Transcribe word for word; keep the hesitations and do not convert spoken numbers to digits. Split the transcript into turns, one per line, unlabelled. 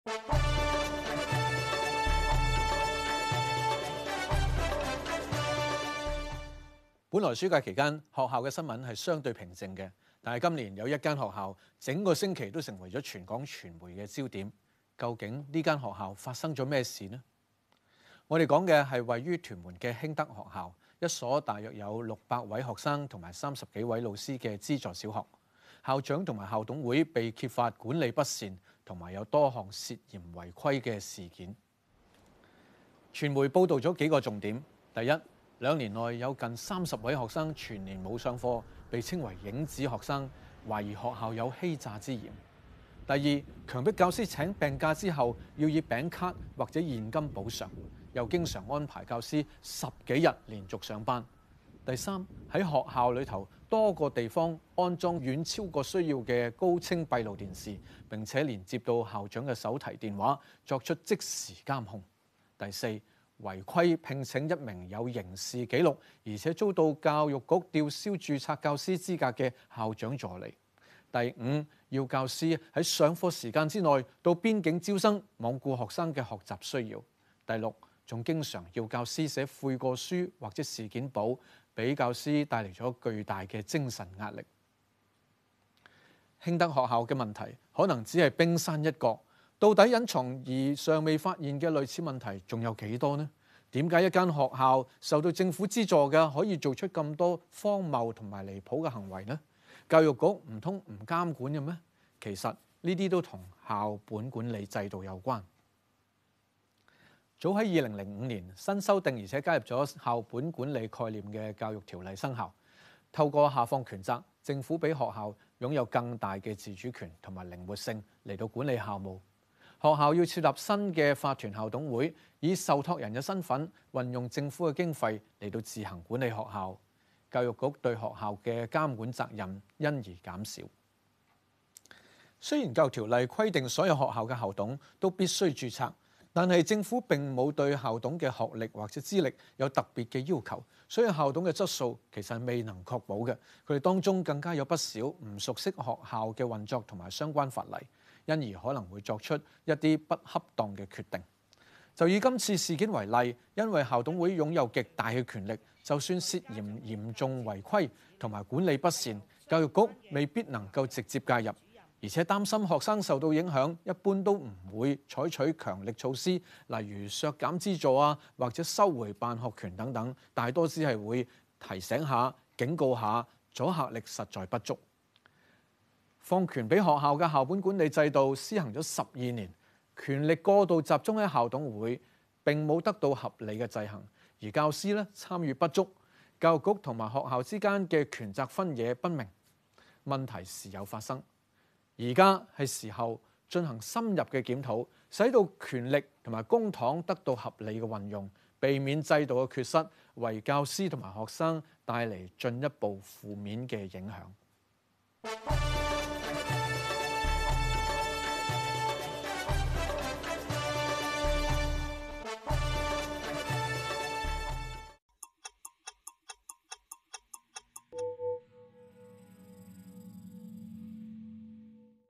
本來暑假期間，學校嘅新聞係相對平靜嘅，但係今年有一間學校整個星期都成為咗全港傳媒嘅焦點。究竟呢間學校發生咗咩事呢？我哋講嘅係位於屯門嘅興德學校，一所大約有六百位學生同埋三十幾位老師嘅資助小學。校長同埋校董會被揭發管理不善，同埋有多項涉嫌違規嘅事件。傳媒報道咗幾個重點：第一，兩年內有近三十位學生全年冇上課，被稱為影子學生，懷疑學校有欺詐之嫌。第二，強迫教師請病假之後要以餅卡或者現金補償，又經常安排教師十幾日連續上班。第三，喺學校裏頭多個地方安裝遠超過需要嘅高清閉路電視，並且連接到校長嘅手提電話，作出即時監控。第四，違規聘請一名有刑事記錄，而且遭到教育局吊銷註冊教師資格嘅校長助理。第五，要教師喺上課時間之內到邊境招生，罔顧學生嘅學習需要。第六，仲經常要教師寫悔過書或者事件簿，俾教師帶嚟咗巨大嘅精神壓力。興德學校嘅問題可能只係冰山一角，到底隱藏而尚未發現嘅類似問題仲有幾多呢？點解一間學校受到政府資助嘅可以做出咁多荒謬同埋離譜嘅行為呢？教育局唔通唔監管嘅咩？其實呢啲都同校本管理制度有關。早喺二零零五年新修訂而且加入咗校本管理概念嘅教育條例生效，透過下放權責，政府俾學校擁有更大嘅自主權同埋靈活性嚟到管理校務。學校要設立新嘅法團校董會，以受託人嘅身份運用政府嘅經費嚟到自行管理學校。教育局對學校嘅監管責任因而減少。雖然教育條例規定所有學校嘅校董都必須註冊，但係政府並冇對校董嘅學歷或者資歷有特別嘅要求，所以校董嘅質素其實未能確保嘅。佢哋當中更加有不少唔熟悉學校嘅運作同埋相關法例，因而可能會作出一啲不恰當嘅決定。就以今次事件為例，因為校董會擁有極大嘅權力，就算涉嫌嚴重違規同埋管理不善，教育局未必能夠直接介入，而且擔心學生受到影響，一般都唔會採取強力措施，例如削減資助啊，或者收回辦學權等等，大多只係會提醒下、警告下，阻嚇力實在不足。放權俾學校嘅校本管理制度施行咗十二年，權力過度集中喺校董會，並冇得到合理嘅制衡，而教師咧參與不足，教育局同埋學校之間嘅權責分野不明，問題時有發生。而家係時候進行深入嘅檢討，使到權力同埋公帑得到合理嘅運用，避免制度嘅缺失為教師同埋學生帶嚟進一步負面嘅影響。